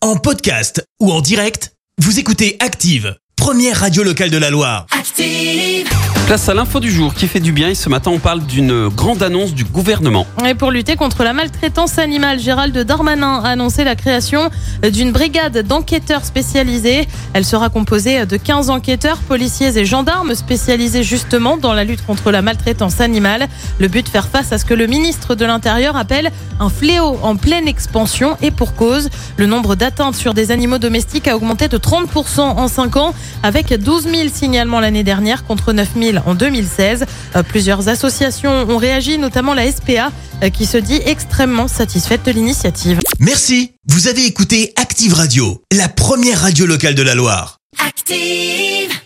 En podcast ou en direct, vous écoutez Active, première radio locale de la Loire. Active. Place à l'info du jour qui fait du bien et ce matin on parle d'une grande annonce du gouvernement. Et pour lutter contre la maltraitance animale, Gérald Darmanin a annoncé la création d'une brigade d'enquêteurs spécialisés. Elle sera composée de 15 enquêteurs, policiers et gendarmes spécialisés justement dans la lutte contre la maltraitance animale. Le but, faire face à ce que le ministre de l'Intérieur appelle un fléau en pleine expansion et pour cause. Le nombre d'atteintes sur des animaux domestiques a augmenté de 30% en 5 ans avec 12 000 signalements l'année dernière contre 9 000 en 2016. Plusieurs associations ont réagi, notamment la SPA qui se dit extrêmement satisfaite de l'initiative. Merci. Vous avez écouté Active Radio, la première radio locale de la Loire. Active.